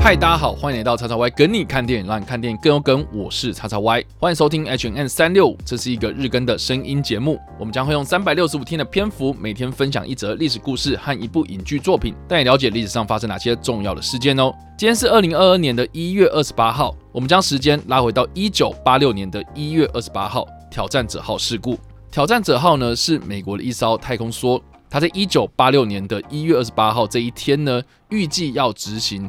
嗨，大家好，欢迎来到叉叉 Y 跟你看电影，让你看电影更有梗。我是叉叉 Y， 欢迎收听 HNN365，这是一个日更的声音节目。我们将会用365天的篇幅，每天分享一则历史故事和一部影剧作品，带你了解历史上发生哪些重要的事件哦。今天是2022年的1月28号，我们将时间拉回到1986年的1月28号，挑战者号事故。挑战者号呢是美国的一艘太空梭，它在1986年的1月28号这一天呢，预计要执行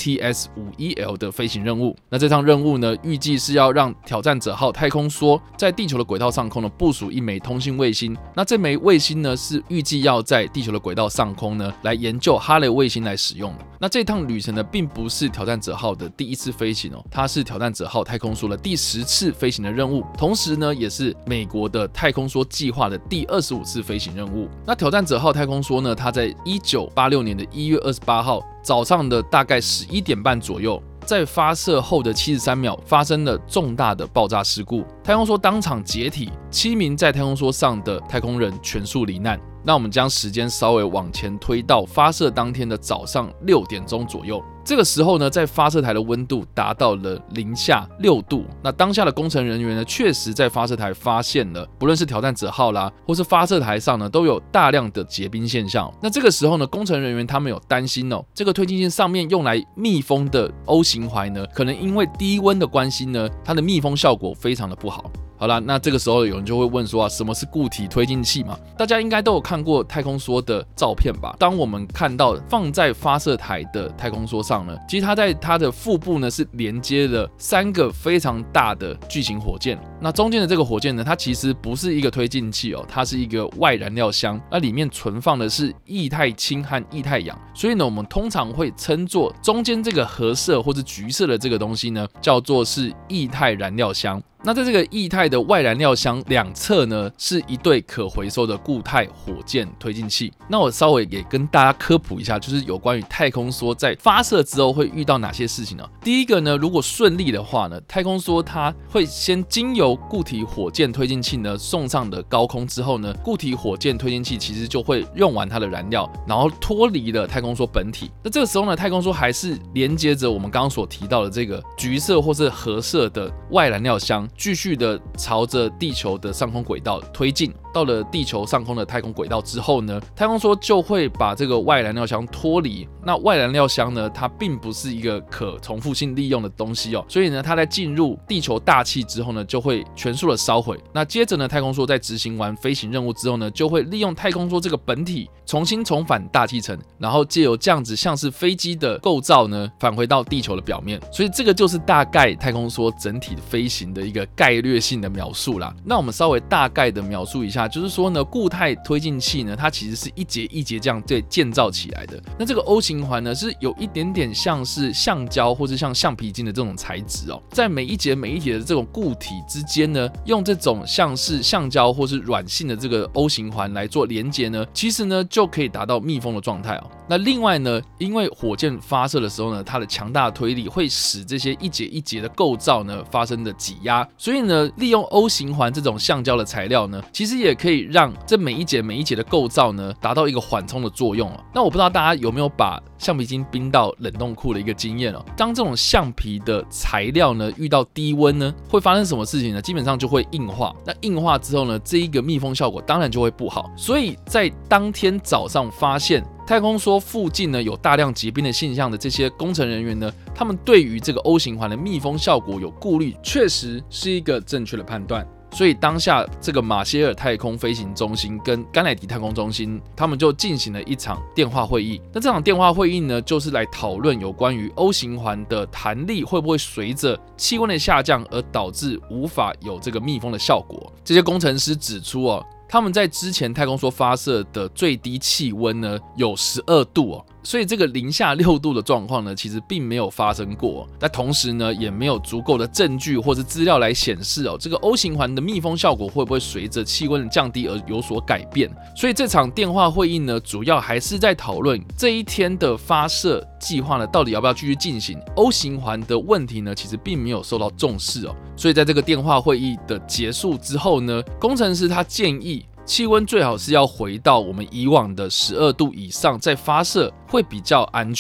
STS-51L 的飞行任务。那这趟任务呢，预计是要让挑战者号太空梭在地球的轨道上空呢部署一枚通信卫星。那这枚卫星呢，是预计要在地球的轨道上空呢来研究哈雷卫星来使用的。那这趟旅程呢，并不是挑战者号的第一次飞行哦，它是挑战者号太空梭的第10次飞行的任务，同时呢，也是美国的太空梭计划的第25次飞行任务。那挑战者号太空梭呢，它在1986年的1月28号早上的大概11点半左右，在发射后的73秒发生了重大的爆炸事故，太空梭当场解体，7名在太空梭上的太空人全数罹难。那我们将时间稍微往前推到发射当天的早上6点钟左右。这个时候呢，在发射台的温度达到了-6度。那当下的工程人员呢，确实在发射台发现了，不论是挑战者号啦，或是发射台上呢，都有大量的结冰现象。那这个时候呢，工程人员他们有担心哦，这个推进器上面用来密封的 O 型环呢，可能因为低温的关系呢，它的密封效果非常的不好。好啦，那这个时候有人就会问说什么是固体推进器嘛？大家应该都有看过太空梭的照片吧？当我们看到放在发射台的太空梭上呢，其实它在它的腹部呢是连接了3个非常大的巨型火箭。那中间的这个火箭呢，它其实不是一个推进器哦，它是一个外燃料箱，那里面存放的是液态氢和液态氧，所以呢，我们通常会称作中间这个褐色或是橘色的这个东西呢，叫做是液态燃料箱。那在这个液态的外燃料箱两侧呢，是一对可回收的固态火箭推进器。那我稍微也跟大家科普一下，就是有关于太空梭在发射之后会遇到哪些事情呢？第一个呢，如果顺利的话呢，太空梭它会先经由固体火箭推进器呢送上的高空之后呢，固体火箭推进器其实就会用完它的燃料，然后脱离了太空梭本体。那这个时候呢，太空梭还是连接着我们刚刚所提到的这个橘色或是褐色的外燃料箱，继续的朝着地球的上空轨道推进。到了地球上空的太空轨道之后呢，太空梭就会把这个外燃料箱脱离。那外燃料箱呢，它并不是一个可重复性利用的东西哦，所以呢，它在进入地球大气之后呢，就会全数的烧毁。那接着呢，太空梭在执行完飞行任务之后呢，就会利用太空梭这个本体重新重返大气层，然后借由这样子像是飞机的构造呢，返回到地球的表面。所以这个就是大概太空梭整体飞行的一个概略性的描述啦。那我们稍微大概的描述一下，就是说呢，固态推进器呢，它其实是一节一节这样对建造起来的。那这个 O 型环呢，是有一点点像是橡胶或是像橡皮筋的这种材质哦，在每一节每一节的这种固体之间呢，用这种像是橡胶或是软性的这个 O 型环来做连接呢，其实呢就可以达到密封的状态哦。那另外呢，因为火箭发射的时候呢，它的强大的推力会使这些一节一节的构造呢发生的挤压，所以呢，利用 O 型环这种橡胶的材料呢，其实也可以让这每一节每一节的构造呢达到一个缓冲的作用哦。那我不知道大家有没有把橡皮筋冰到冷冻库的一个经验哦。当这种橡皮的材料呢遇到低温呢，会发生什么事情呢？基本上就会硬化。那硬化之后呢，这一个密封效果当然就会不好。所以在当天早上发现太空梭附近呢有大量结冰的现象的这些工程人员呢，他们对于这个 O 型环的密封效果有顾虑，确实是一个正确的判断。所以当下这个马歇尔太空飞行中心跟甘乃迪太空中心，他们就进行了一场电话会议。那这场电话会议呢，就是来讨论有关于 O 型环的弹力会不会随着气温的下降而导致无法有这个密封的效果。这些工程师指出哦，他们在之前太空梭发射的最低气温呢有12度哦，所以这个-6度的状况呢，其实并没有发生过。但同时呢，也没有足够的证据或是资料来显示哦，这个 O 型环的密封效果会不会随着气温的降低而有所改变。所以这场电话会议呢，主要还是在讨论这一天的发射计划呢，到底要不要继续进行。O 型环的问题呢，其实并没有受到重视哦。所以在这个电话会议的结束之后呢，工程师他建议气温最好是要回到我们以往的12度以上再发射会比较安全。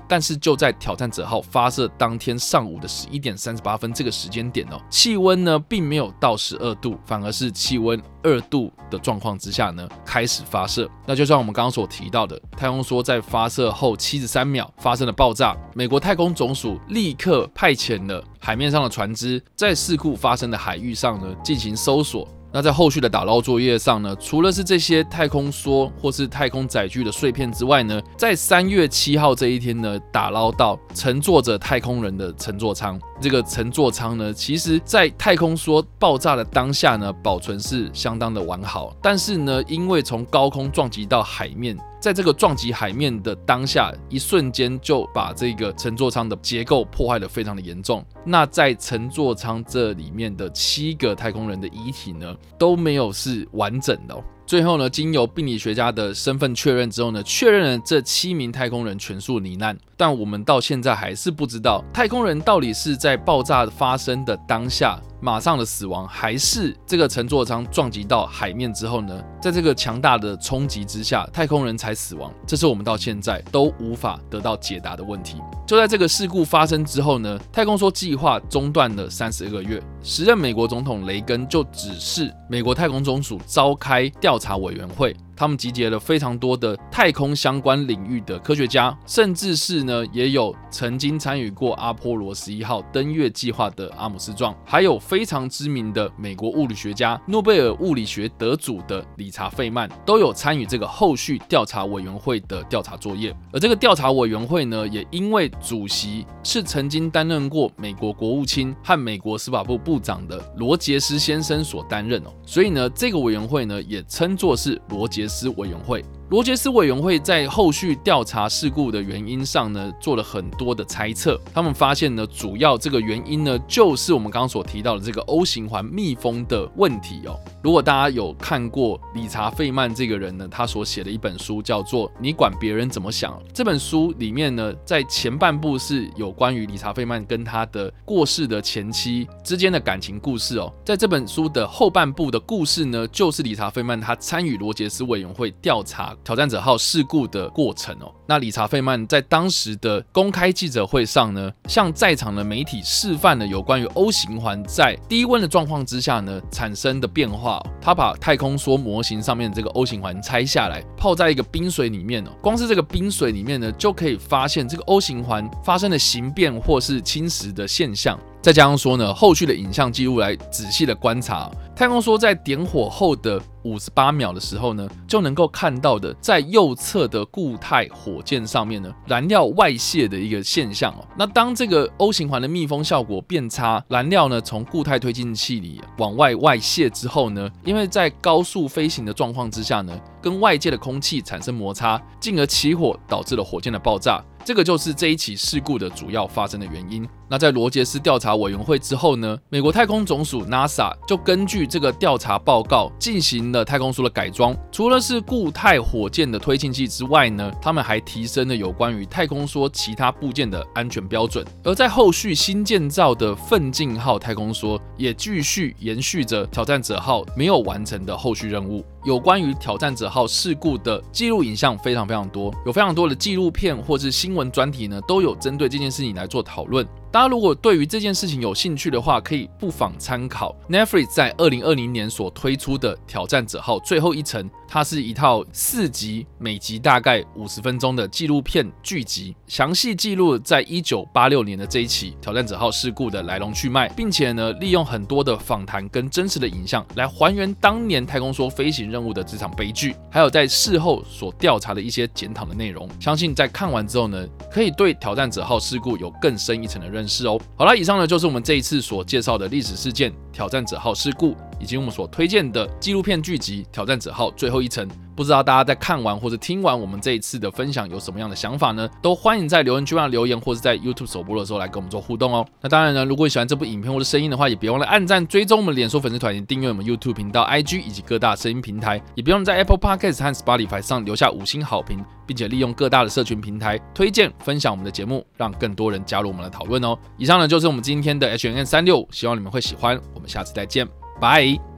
但是就在挑战者号发射当天上午的11点38分这个时间点气温呢并没有到12度，反而是气温2度的状况之下呢开始发射。那就像我们刚刚所提到的，太空梭在发射后73秒发生了爆炸，美国太空总署立刻派遣了海面上的船只在事故发生的海域上呢进行搜索。那在后续的打捞作业上呢，除了是这些太空梭或是太空载具的碎片之外呢，在3月7号这一天呢，打捞到乘坐着太空人的乘坐舱。这个乘坐舱呢，其实在太空梭爆炸的当下呢，保存是相当的完好，但是呢，因为从高空撞击到海面，在这个撞击海面的当下，一瞬间就把这个乘坐舱的结构破坏得非常的严重。那在乘坐舱这里面的7个太空人的遗体呢，都没有是完整的最后呢，经由病理学家的身份确认之后呢，确认了这7名太空人全数罹难。但我们到现在还是不知道，太空人到底是在爆炸发生的当下马上的死亡，还是这个乘坐舱撞击到海面之后呢，在这个强大的冲击之下，太空人才死亡。这是我们到现在都无法得到解答的问题。就在这个事故发生之后呢，太空梭计划中断了32个月。时任美国总统雷根就指示美国太空总署召开调查委员会，他们集结了非常多的太空相关领域的科学家，甚至是呢也有曾经参与过阿波罗11号登月计划的阿姆斯壮，还有非常知名的美国物理学家、诺贝尔物理学得主的理查费曼，都有参与这个后续调查委员会的调查作业。而这个调查委员会呢，也因为主席是曾经担任过美国国务卿和美国司法部部长的罗杰斯先生所担任所以呢，这个委员会呢也称作是罗杰斯委员会。罗杰斯委员会在后续调查事故的原因上呢，做了很多的猜测。他们发现呢，主要这个原因呢，就是我们刚刚所提到的这个 O 型环密封的问题如果大家有看过理查费曼这个人呢，他所写的一本书叫做《你管别人怎么想》。这本书里面呢，在前半部是有关于理查费曼跟他的过世的前妻之间的感情故事在这本书的后半部的故事呢，就是理查费曼他参与罗杰斯委员会调查挑战者号事故的过程那理查费曼在当时的公开记者会上呢，向在场的媒体示范了有关于 O 型环在低温的状况之下呢产生的变化。他把太空梭模型上面的这个 O 型环拆下来，泡在一个冰水里面光是这个冰水里面呢，就可以发现这个 O 型环发生了形变或是侵蚀的现象。再加上说呢，后续的影像记录来仔细的观察，太空梭在点火后的58秒的时候呢，就能够看到的在右侧的固态火箭上面呢，燃料外泄的一个现象那当这个 O 型环的密封效果变差，燃料呢从固态推进器里往外泄之后呢，因为在高速飞行的状况之下呢，跟外界的空气产生摩擦，进而起火，导致了火箭的爆炸。这个就是这一起事故的主要发生的原因。那在罗杰斯调查委员会之后呢，美国太空总署 NASA 就根据这个调查报告进行了太空梭的改装，除了是固态火箭的推进器之外呢，他们还提升了有关于太空梭其他部件的安全标准。而在后续新建造的奋进号太空梭也继续延续着挑战者号没有完成的后续任务。有关于挑战者号事故的记录影像非常多，有非常多的纪录片或是新闻专题呢，都有针对这件事情来做讨论。大家如果对于这件事情有兴趣的话，可以不妨参考 Netflix 在2020年所推出的挑战者号最后一程，它是一套4集，每集大概50分钟的纪录片剧集，详细记录在1986年的这一起挑战者号事故的来龙去脉，并且呢，利用很多的访谈跟真实的影像来还原当年太空梭飞行任务的这场悲剧，还有在事后所调查的一些检讨的内容。相信在看完之后呢，可以对挑战者号事故有更深一层的认识好了，以上呢就是我们这一次所介绍的历史事件挑战者号事故，以及我们所推荐的纪录片剧集挑战者号最后一程。不知道大家在看完或者听完我们这一次的分享有什么样的想法呢？都欢迎在留言区上留言，或是在 YouTube 首播的时候来跟我们做互动那当然呢，如果你喜欢这部影片或者声音的话，也别忘了按赞、追踪我们脸书粉丝团，订阅我们 YouTube 频道、IG 以及各大声音平台，也别忘了在 Apple Podcast 和 Spotify 上留下5星好评，并且利用各大的社群平台推荐分享我们的节目，让更多人加入我们的讨论以上呢就是我们今天的 HNN365，希望你们会喜欢，我们下次再见，拜。